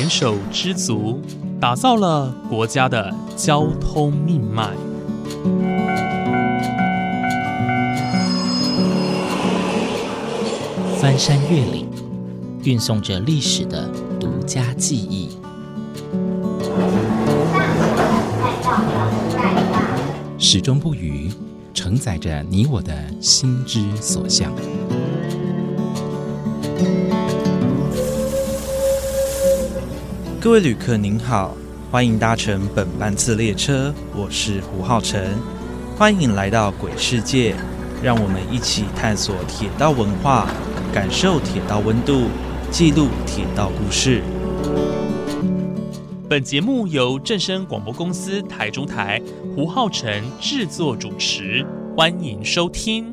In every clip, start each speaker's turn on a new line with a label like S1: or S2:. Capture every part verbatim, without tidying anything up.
S1: 手知足，打造了国家的交通命脉。
S2: 翻山越岭，运送着历史的独家记忆。始终不渝，承载着你我的心之所向。
S3: 各位旅客您好，欢迎搭乘本班次列车，我是胡浩辰，欢迎来到鬼世界，让我们一起探索铁道文化，感受铁道温度，记录铁道故事。
S1: 本节目由正声广播公司台中台胡浩辰制作主持，欢迎收听。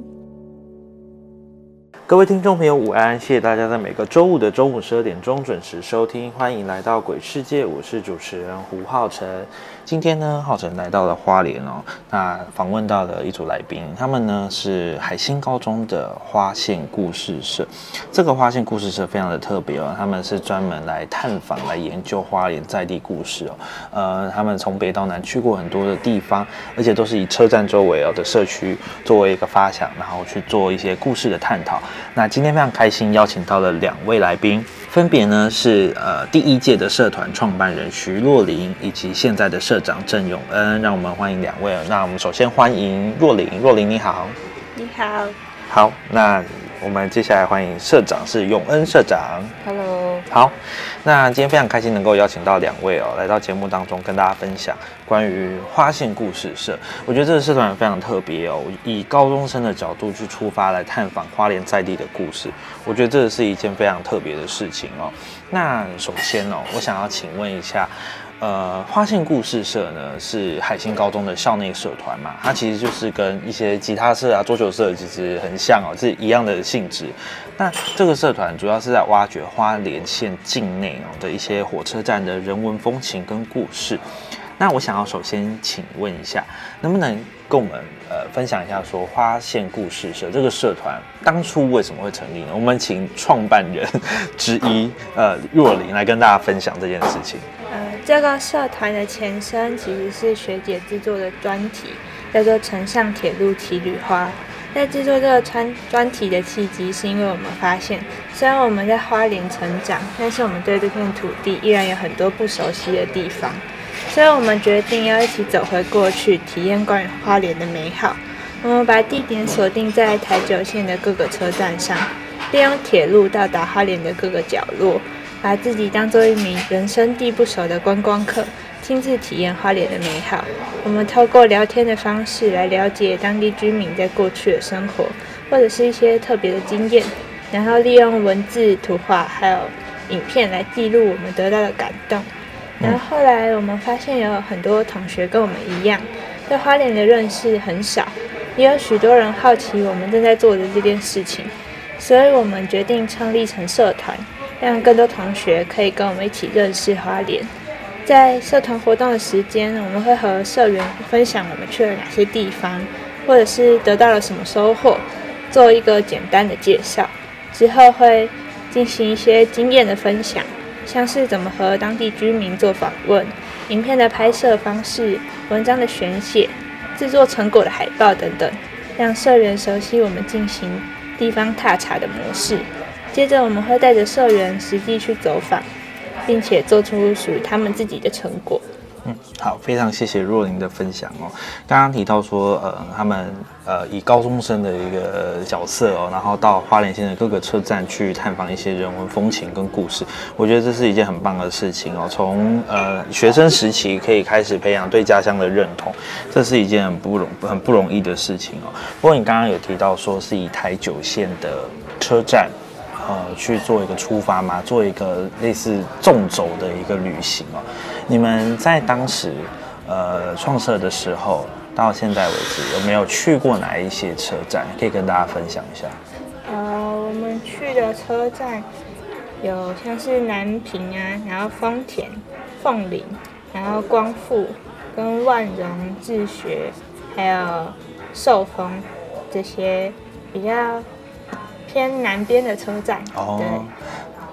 S3: 各位听众朋友午安，谢谢大家在每个周五的中午十二点钟准时收听，欢迎来到鬼世界，我是主持人胡浩辰。今天呢，浩辰来到了花莲哦，那访问到了一组来宾，他们呢是海星高中的花线故事社。这个花线故事社非常的特别哦，他们是专门来探访、来研究花莲在地故事哦。呃，他们从北到南去过很多的地方，而且都是以车站周围哦的社区作为一个发想，然后去做一些故事的探讨。那今天非常开心邀请到了两位来宾，分别呢是呃第一届的社团创办人徐若琳，以及现在的社长郑永恩。让我们欢迎两位。那我们首先欢迎若琳，若琳你好。
S4: 你好。
S3: 好，那我们接下来欢迎社长是永恩社长。
S4: Hello。
S3: 好，那今天非常开心能够邀请到两位哦，来到节目当中跟大家分享关于花线故事社。我觉得这个社团非常特别哦，以高中生的角度去出发来探访花莲在地的故事，我觉得这是一件非常特别的事情哦。那首先哦，我想要请问一下。呃，花线故事社呢是海星高中的校内社团嘛，它其实就是跟一些吉他社啊、桌球社其实很像哦，是一样的性质。那这个社团主要是在挖掘花莲县境内哦的一些火车站的人文风情跟故事。那我想要首先请问一下，能不能跟我们呃分享一下说花线故事社这个社团当初为什么会成立呢？我们请创办人之一呃若琳来跟大家分享这件事情。
S4: 呃，这个社团的前身其实是学姐制作的专题，叫做城上铁路骑旅花。在制作这个专专题的契机，是因为我们发现，虽然我们在花莲成长，但是我们对这片土地依然有很多不熟悉的地方。所以我们决定要一起走回过去，体验关于花莲的美好。我们把地点锁定在台九线的各个车站上，利用铁路到达花莲的各个角落，把自己当作一名人生地不熟的观光客，亲自体验花莲的美好。我们透过聊天的方式来了解当地居民在过去的生活，或者是一些特别的经验，然后利用文字、图画还有影片来记录我们得到的感动。然后后来我们发现有很多同学跟我们一样，对花莲的认识很少，也有许多人好奇我们正在做的这件事情，所以我们决定创立成社团，让更多同学可以跟我们一起认识花莲。在社团活动的时间，我们会和社员分享我们去了哪些地方，或者是得到了什么收获，做一个简单的介绍。之后会进行一些经验的分享，像是怎么和当地居民做访问、影片的拍摄方式、文章的选写、制作成果的海报等等，让社员熟悉我们进行地方踏查的模式。接着我们会带着社员实际去走访，并且做出属于他们自己的成果。
S3: 嗯，好，非常谢谢若琳的分享哦。刚刚提到说，呃，他们呃以高中生的一个角色哦，然后到花莲县的各个车站去探访一些人文风情跟故事，我觉得这是一件很棒的事情哦。从呃学生时期可以开始培养对家乡的认同，这是一件很不容很不容易的事情哦。不过你刚刚有提到说是以台九线的车站。呃，去做一个出发嘛，做一个类似纵走的一个旅行哦。你们在当时呃创社的时候，到现在为止，有没有去过哪一些车站？可以跟大家分享一下。
S4: 呃，我们去的车站有像是南平啊，然后丰田、凤林，然后光复跟万荣、智学，还有寿丰这些比较偏南边的车站。
S3: 哦，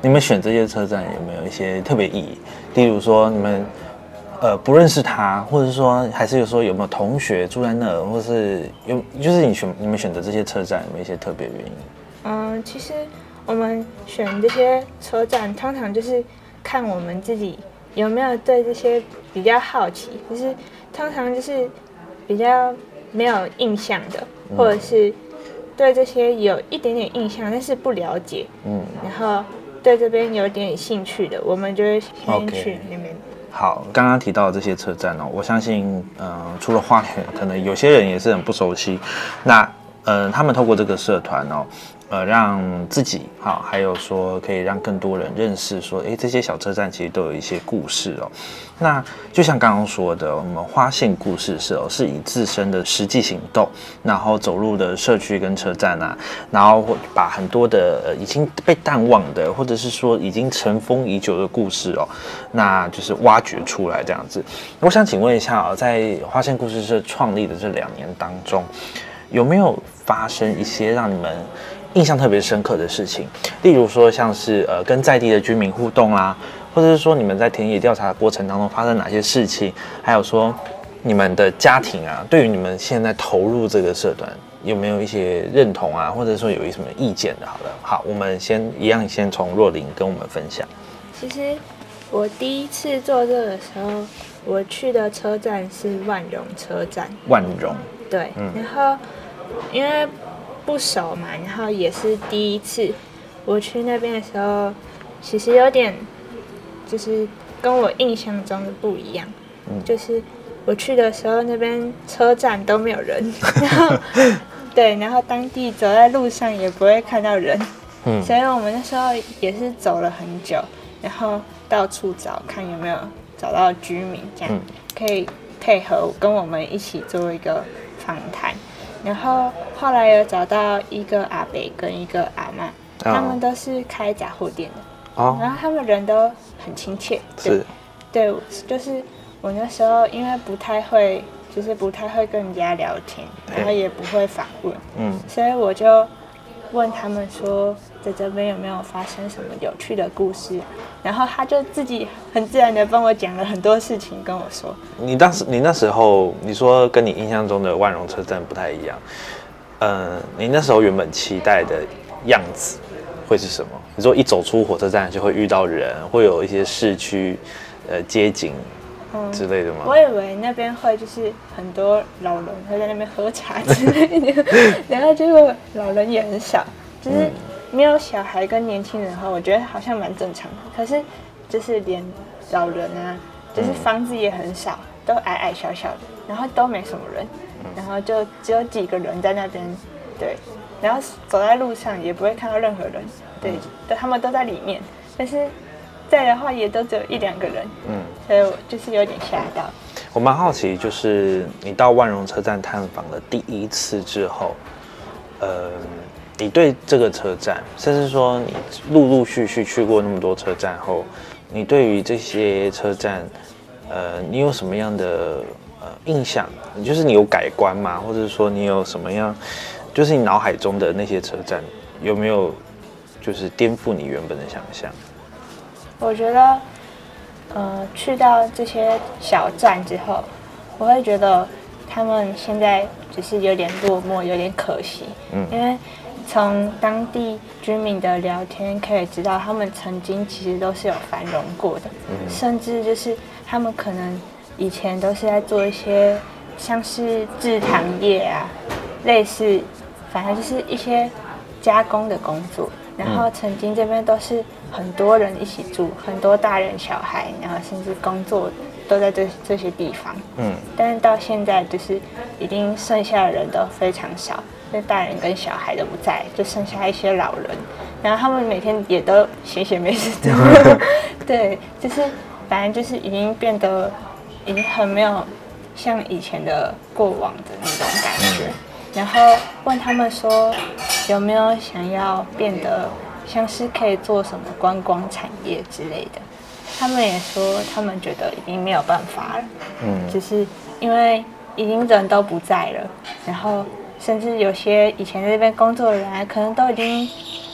S3: 你们选这些车站有没有一些特别意义？例如说你们呃不认识他，或者说还是有说有没有同学住在那，或是有就是你选你们选择这些车站有没有一些特别原因？
S4: 嗯，其实我们选这些车站，通常就是看我们自己有没有对这些比较好奇，就是通常就是比较没有印象的，嗯、或者是对这些有一点点印象，但是不了解，嗯，然后对这边有点兴趣的，我们就会先去那边。
S3: 好，刚刚提到的这些车站哦，我相信，呃，除了花莲，可能有些人也是很不熟悉。那，呃，他们透过这个社团哦。呃，让自己好，还有说可以让更多人认识说，哎，这些小车站其实都有一些故事哦。那就像刚刚说的，我们花县故事社哦，是以自身的实际行动，然后走入的社区跟车站啊，然后把很多的、呃、已经被淡忘的，或者是说已经尘封已久的故事哦，那就是挖掘出来这样子。我想请问一下哦，在花县故事社创立的这两年当中，有没有发生一些让你们印象特别深刻的事情，例如说像是呃跟在地的居民互动啦，或者是说你们在田野调查的过程当中发生哪些事情，还有说你们的家庭啊，对于你们现在投入这个社团有没有一些认同啊，或者说有一什么意见的？好了，好，我们先一样先从若琳跟我们分享。
S4: 其实我第一次做这个的时候，我去的车站是万荣车站。
S3: 万荣。
S4: 对，嗯、然后因为不熟嘛，然后也是第一次我去那边的时候，其实有点就是跟我印象中的不一样，嗯、就是我去的时候那边车站都没有人，然后对，然后当地走在路上也不会看到人，嗯、所以我们那时候也是走了很久，然后到处找看有没有找到居民，这样、嗯、可以配合跟我们一起做一个访谈。然后后来有找到一个阿伯跟一个阿嬷，他们都是开杂货店的，哦、然后他们人都很亲切，对，对，就是我那时候因为不太会，就是不太会跟人家聊天，然后也不会访问，嗯，所以我就问他们说，在这边有没有发生什么有趣的故事？然后他就自己很自然的帮我讲了很多事情跟我说。
S3: 你当时，你那时候，你说跟你印象中的万荣车站不太一样，呃，你那时候原本期待的样子会是什么？你说一走出火车站就会遇到人，会有一些市区呃街景之类的吗？
S4: 嗯、我以为那边会就是很多老人会在那边喝茶之类的，然后结果老人也很少，就是没有小孩跟年轻人的话，我觉得好像蛮正常的。可是就是连老人啊，就是房子也很少，都矮矮小小的，然后都没什么人，然后就只有几个人在那边，对，然后走在路上也不会看到任何人，对，他们都在里面，但是在的话也都只有一两个人，嗯，所以我就是有点吓到。
S3: 我蛮好奇，就是你到万荣车站探访的第一次之后，呃，你对这个车站，甚至说你陆陆续续去过那么多车站后，你对于这些车站，呃，你有什么样的呃印象？就是你有改观吗？或者说你有什么样，就是你脑海中的那些车站有没有就是颠覆你原本的想象？
S4: 我觉得，呃，去到这些小站之后，我会觉得他们现在只是有点落寞，有点可惜。嗯，因为从当地居民的聊天可以知道，他们曾经其实都是有繁荣过的，嗯、甚至就是他们可能以前都是在做一些像是制糖业啊，类似，反正就是一些加工的工作。然后曾经这边都是很多人一起住，很多大人小孩，然后甚至工作都在这这些地方。嗯，但是到现在就是已经剩下的人都非常少，因为大人跟小孩都不在，就剩下一些老人。然后他们每天也都闲闲没事做，对，就是反正就是已经变得已经很没有像以前的过往的那种感觉。然后问他们说有没有想要变得像是可以做什么观光产业之类的，他们也说他们觉得已经没有办法了，嗯，只是因为已经人都不在了，然后甚至有些以前在这边工作的人可能都已经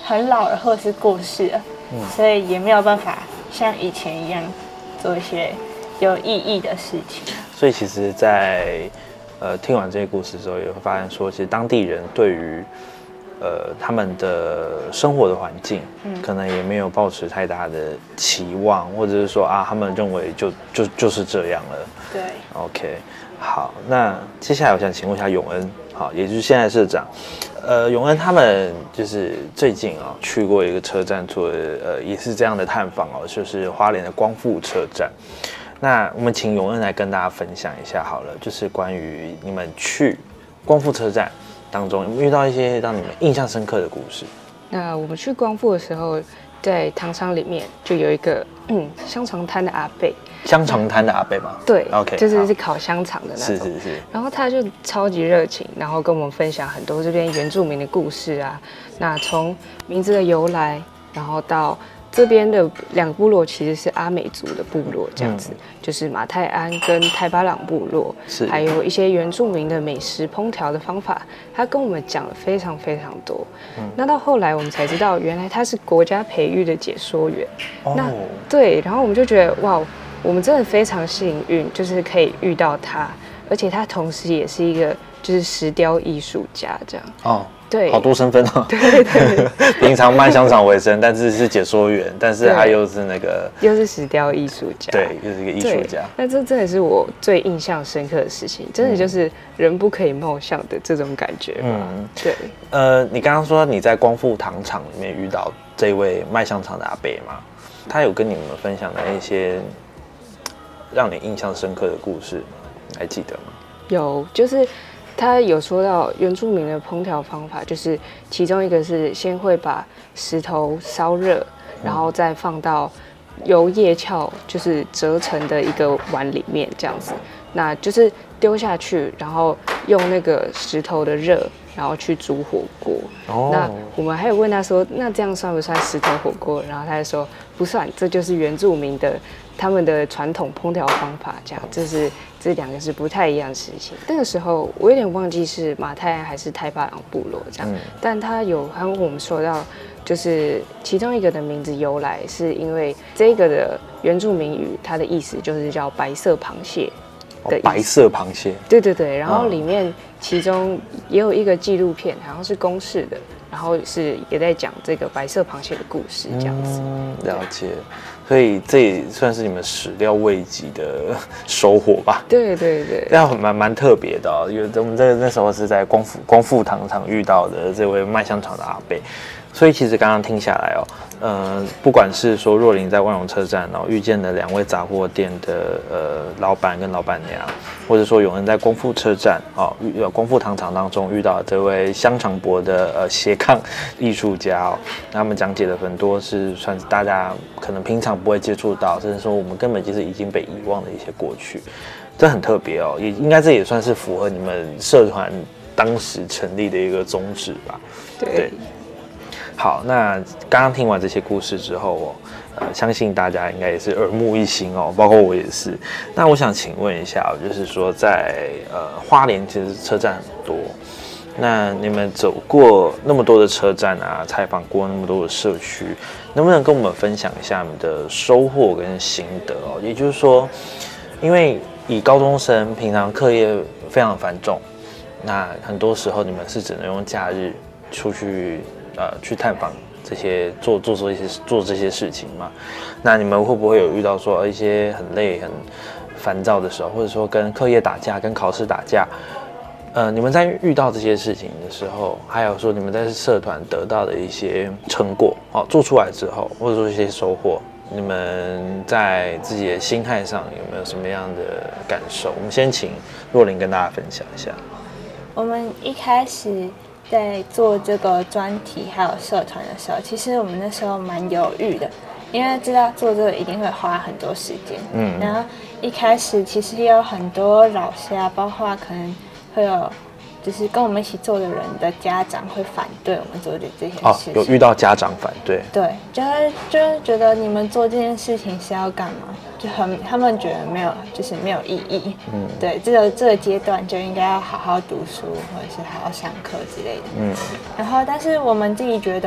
S4: 很老了或者是过世了，嗯、所以也没有办法像以前一样做一些有意义的事情。
S3: 所以其实在，呃听完这些故事之后，也会发现说，其实当地人对于呃他们的生活的环境，嗯、可能也没有抱持太大的期望，或者是说啊，他们认为就就就是这样了。
S4: 对
S3: ，OK。好，那接下来我想请问一下永恩，好，也就是现在社长，呃，永恩他们就是最近啊、哦、去过一个车站做呃也是这样的探访哦，就是花莲的光复车站。那我们请永恩来跟大家分享一下好了，就是关于你们去光复车站当中有没有遇到一些让你们印象深刻的故事？
S5: 那我们去光复的时候，在糖厂里面就有一个嗯香肠摊的阿伯。
S3: 香肠摊的阿伯吗？
S5: 对
S3: ，OK，
S5: 就是是烤香肠的那种。
S3: 是是是。
S5: 然后他就超级热情，然后跟我们分享很多这边原住民的故事啊。那从名字的由来，然后到这边的两个部落其实是阿美族的部落，这样子，嗯、就是马泰安跟泰巴朗部落，还有一些原住民的美食烹调的方法，他跟我们讲了非常非常多。嗯、那到后来我们才知道，原来他是国家培育的解说员。哦、那对，然后我们就觉得哇。我们真的非常幸运，就是可以遇到他，而且他同时也是一个就是石雕艺术家，这样。哦，对，
S3: 好多身份哦。
S5: 对对对，
S3: 平常卖香肠为生，但是是解说员，但是他又是那个，
S5: 又是石雕艺术家，
S3: 对，又是一个艺术家。
S5: 那这真的是我最印象深刻的事情，真的就是人不可以貌相的这种感觉。嗯，对。
S3: 呃，你刚刚说你在光复糖厂里面遇到这位卖香肠的阿伯吗？他有跟你们分享的一些让你印象深刻的故事，你还记得吗？
S5: 有，就是他有说到原住民的烹调方法，就是其中一个是先会把石头烧热，然后再放到由叶鞘就是折成的一个碗里面，这样子，那就是丢下去，然后用那个石头的热，然后去煮火锅。哦、那我们还有问他说，那这样算不算石头火锅？然后他就说不算，这就是原住民的。他们的传统烹调方法，这样，这是这两个是不太一样的事情。那个时候我有点忘记是马泰安还是泰巴朗部落这样，嗯、但他有还跟我们说到，就是其中一个的名字由来，是因为这个的原住民语，它的意思就是叫白色螃蟹的意思。哦、白色螃蟹。对对对，然后里面其中也有一个纪录片，好像是公视的，然后是也在讲这个白色螃蟹的故事，这样子。
S3: 嗯，了解。所以这也算是你们始料未及的收获吧？
S5: 对对对，
S3: 这样蛮蛮特别的哦。因为我们这那时候是在光复光复糖厂遇到的这位卖香肠的阿伯，所以其实刚刚听下来哦，呃，不管是说若琳在万荣车站哦遇见了两位杂货店的呃老板跟老板娘，或者说永恩在光复车站哦遇光复糖厂当中遇到这位香肠伯的呃斜杠艺术家哦，他们讲解了很多是算是大家可能平常不会接触到，甚至说我们根本就是已经被遗忘的一些过去，这很特别哦，也应该这也算是符合你们社团当时成立的一个宗旨吧？
S5: 对。对，
S3: 好，那刚刚听完这些故事之后哦，呃，相信大家应该也是耳目一新哦，包括我也是。那我想请问一下，就是说在呃花莲其实车站很多，那你们走过那么多的车站啊，采访过那么多的社区，能不能跟我们分享一下你们的收获跟心得哦？也就是说，因为以高中生平常课业非常繁重，那很多时候你们是只能用假日出去。呃，去探访这些做做做一些做这些事情嘛？那你们会不会有遇到说一些很累、很烦躁的时候，或者说跟课业打架、跟考试打架？呃，你们在遇到这些事情的时候，还有说你们在社团得到的一些成果，哦，做出来之后，或者说一些收获，你们在自己的心态上有没有什么样的感受？我们先请若琳跟大家分享一下。
S4: 我们一开始。在做这个专题还有社团的时候，其实我们那时候蛮犹豫的，因为知道做这个一定会花很多时间。嗯，然后一开始其实也有很多老师啊，包括可能会有就是跟我们一起做的人的家长会反对我们做的这件事情。
S3: 哦，有遇到家长反对？
S4: 对，就是就是觉得你们做这件事情是要干嘛？就很他们觉得没有，就是没有意义。嗯，对，这个这个阶段就应该要好好读书，或者是好好上课之类的。嗯，然后但是我们自己觉得，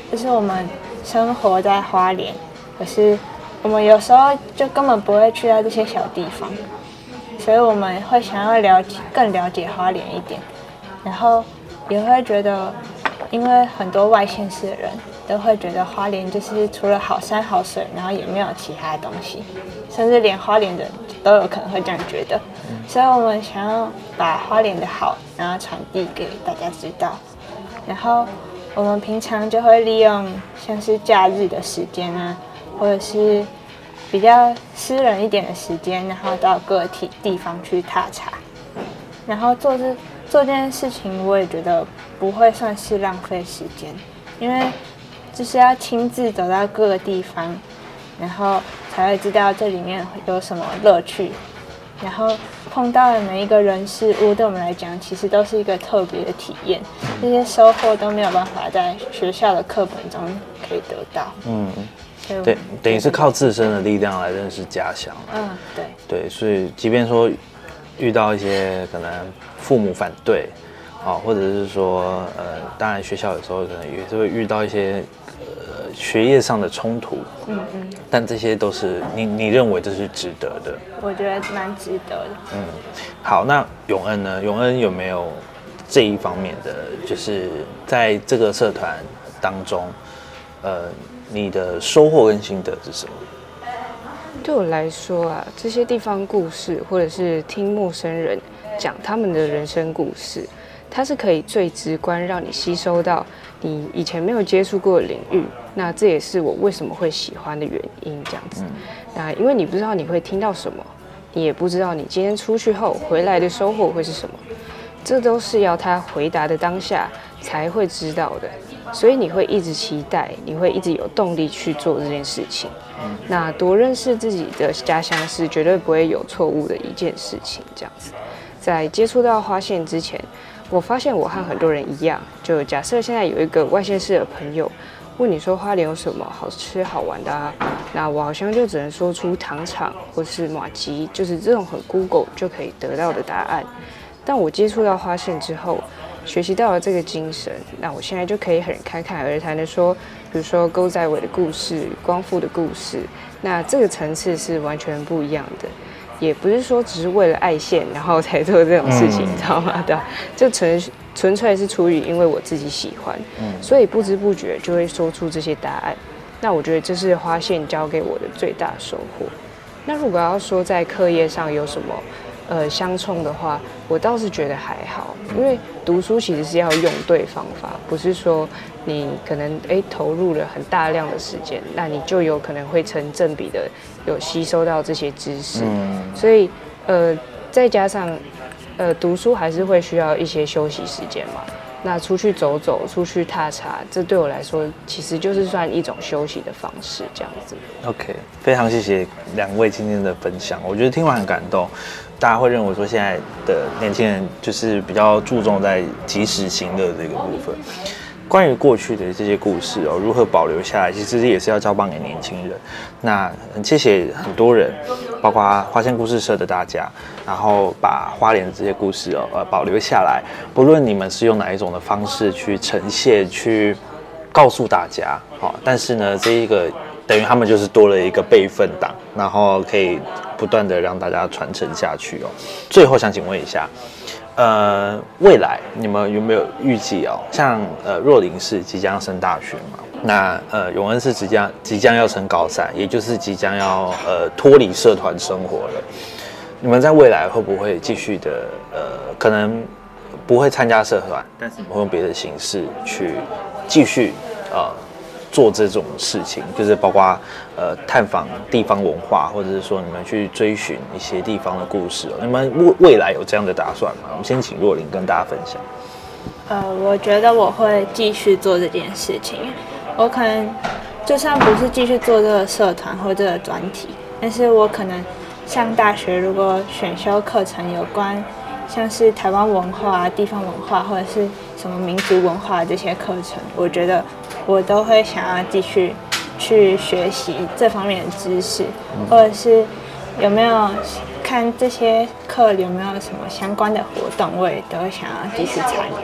S4: 就是我们生活在花莲，可是我们有时候就根本不会去到这些小地方，所以我们会想要了解更了解花莲一点，然后也会觉得，因为很多外县市的人都会觉得花莲就是除了好山好水，然后也没有其他的东西，甚至连花莲人都有可能会这样觉得，所以我们想要把花莲的好，然后传递给大家知道，然后我们平常就会利用像是假日的时间啊，或者是比较私人一点的时间，然后到各个地地方去踏查，然后做这做这件事情，我也觉得不会算是浪费时间，因为就是要亲自走到各个地方，然后才会知道这里面有什么乐趣，然后碰到的每一个人事物，对我们来讲，其实都是一个特别的体验，这些收获都没有办法在学校的课本中可以得到。嗯。
S3: 对，等于是靠自身的力量来认识家乡。
S4: 嗯，对。
S3: 对，所以即便说遇到一些可能父母反对，啊，或者是说，呃，当然学校有时候可能也是会遇到一些呃学业上的冲突。嗯嗯。但这些都是你你认为这是值得的？
S4: 我觉得蛮值得的。
S3: 嗯，好，那永恩呢？永恩有没有这一方面的，就是在这个社团当中，呃。你的收获跟心得是什么？
S5: 对我来说啊，这些地方故事，或者是听陌生人讲他们的人生故事，它是可以最直观让你吸收到你以前没有接触过的领域。那这也是我为什么会喜欢的原因。这样子，嗯、那因为你不知道你会听到什么，你也不知道你今天出去后回来的收获会是什么，这都是要他回答的当下才会知道的。所以你会一直期待，你会一直有动力去做这件事情。嗯、那多认识自己的家乡是绝对不会有错误的一件事情。这样子，在接触到花县之前，我发现我和很多人一样，就假设现在有一个外县市的朋友问你说花莲有什么好吃好玩的啊，那我好像就只能说出糖厂或是麻糬，就是这种很 Google 就可以得到的答案。但我接触到花县之后，学习到了这个精神，那我现在就可以很侃侃而谈的说，比如说勾仔尾的故事、光复的故事，那这个层次是完全不一样的，也不是说只是为了爱县然后才做这种事情，嗯、你知道吗？对，就纯纯粹是出于因为我自己喜欢，嗯、所以不知不觉就会说出这些答案。那我觉得这是花县教给我的最大收获。那如果要说在课业上有什么呃相冲的话，我倒是觉得还好，因为读书其实是要用对方法，不是说你可能哎投入了很大量的时间，那你就有可能会成正比的有吸收到这些知识。嗯、所以呃再加上呃读书还是会需要一些休息时间嘛。那出去走走，出去踏查，这对我来说其实就是算一种休息的方式，这样子。
S3: OK， 非常谢谢两位今天的分享，我觉得听完很感动。大家会认为说现在的年轻人就是比较注重在及时行乐这个部分。关于过去的这些故事哦，如何保留下来，其实也是要交棒给年轻人。那很谢谢很多人，包括花县故事社的大家，然后把花莲的这些故事哦，呃，保留下来。不论你们是用哪一种的方式去呈现、去告诉大家，好、哦，但是呢，这一个等于他们就是多了一个备份档，然后可以不断的让大家传承下去哦。最后想请问一下。呃，未来你们有没有预计哦？像呃，若琳是即将升大学嘛，那呃，永恩是即将即将要升高三，也就是即将要呃脱离社团生活了。你们在未来会不会继续的呃，可能不会参加社团，但是你们会用别的形式去继续呃做这种事情，就是包括呃探访地方文化，或者是说你们去追寻一些地方的故事、哦。你们未未来有这样的打算吗？我们先请若琳跟大家分享。
S4: 呃，我觉得我会继续做这件事情。我可能就算不是继续做这个社团或这个专题，但是我可能上大学如果选修课程有关像是台湾文化、地方文化或者是什么民族文化这些课程，我觉得我都会想要继续去学习这方面的知识，或者是有没有看这些课有没有什么相关的活动，我也都会想要继续参与。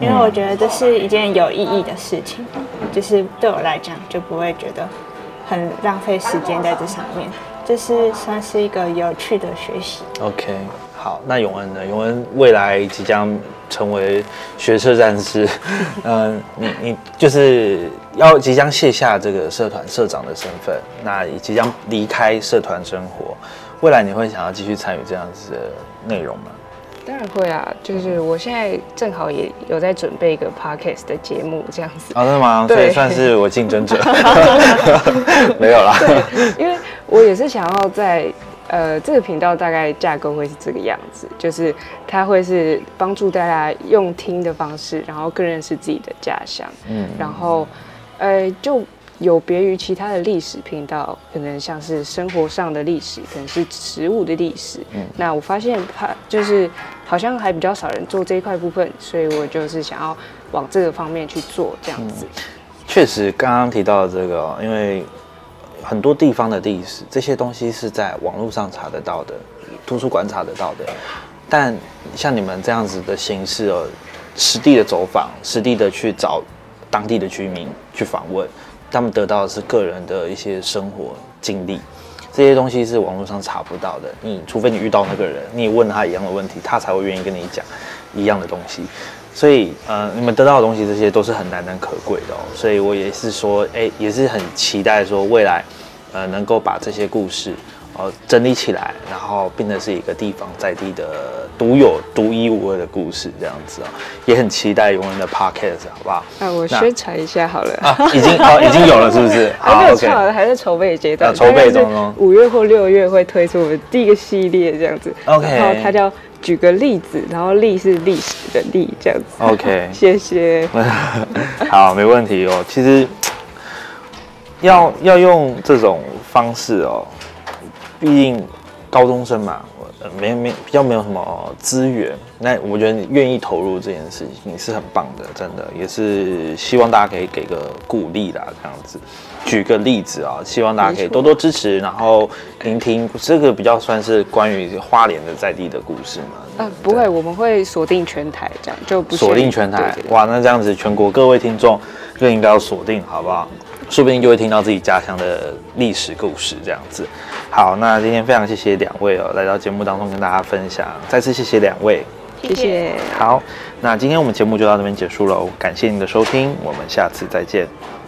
S4: 因为我觉得这是一件有意义的事情，就是对我来讲就不会觉得很浪费时间在这上面，这是算是一个有趣的学习。
S3: OK， 好，那永恩呢？永恩未来即将成为学社战士，嗯、呃，你你就是要即将卸下这个社团社长的身份，那也即将离开社团生活，未来你会想要继续参与这样子的内容吗？
S5: 当然会啊，就是我现在正好也有在准备一个 podcast 的节目这样子。
S3: 哦，真的吗？所以算是我竞争者。没有啦。
S5: 对，因为我也是想要在呃这个频道大概架构会是这个样子，就是它会是帮助大家用听的方式，然后更认识自己的家乡。嗯，然后呃就。有别于其他的历史频道，可能像是生活上的历史，可能是食物的历史。嗯，那我发现它就是好像还比较少人做这一块部分，所以我就是想要往这个方面去做这样子。
S3: 确、嗯、实，刚刚提到的这个，因为很多地方的历史，这些东西是在网络上查得到的，图书馆查得到的。但像你们这样子的形式哦，实地的走访，实地的去找当地的居民去访问。他们得到的是个人的一些生活经历，这些东西是网络上查不到的。你除非你遇到那个人，你也问他一样的问题，他才会愿意跟你讲一样的东西。所以，呃，你们得到的东西，这些都是很难能可贵的哦。所以我也是说，哎、欸，也是很期待说未来，呃，能够把这些故事呃整理起来，然后变成是一个地方在地的独有、独一无二的故事这样子哦。也很期待永恩的 podcast， 好不好？
S5: 啊，我宣传一下好了。
S3: 啊，已经哦，已经有了，是不是？
S5: 还没有出来，还在筹备阶段。
S3: 筹备中哦。
S5: 五月或六月会推出我们第一个系列这样子。
S3: OK。
S5: 然后它叫举个例子，然后历是历史的历这样子。
S3: OK。
S5: 谢谢。
S3: 好，没问题哦。其实要要用这种方式哦，毕竟高中生嘛。没没比较没有什么资源，那我觉得你愿意投入这件事情是很棒的，真的也是希望大家可以给个鼓励啦，这样子。举个例子啊，希望大家可以多多支持，然后聆听这个比较算是关于花莲的在地的故事嘛。
S5: 啊，不会，我们会锁定全台，这样就不
S3: 锁定全台。
S5: 对对对，
S3: 哇，那这样子全国各位听众就应该要锁定，好不好？说不定就会听到自己家乡的历史故事这样子。好，那今天非常谢谢两位哦，来到节目当中跟大家分享，再次谢谢两位，
S5: 谢谢。
S3: 好，那今天我们节目就到这边结束了，感谢您的收听，我们下次再见。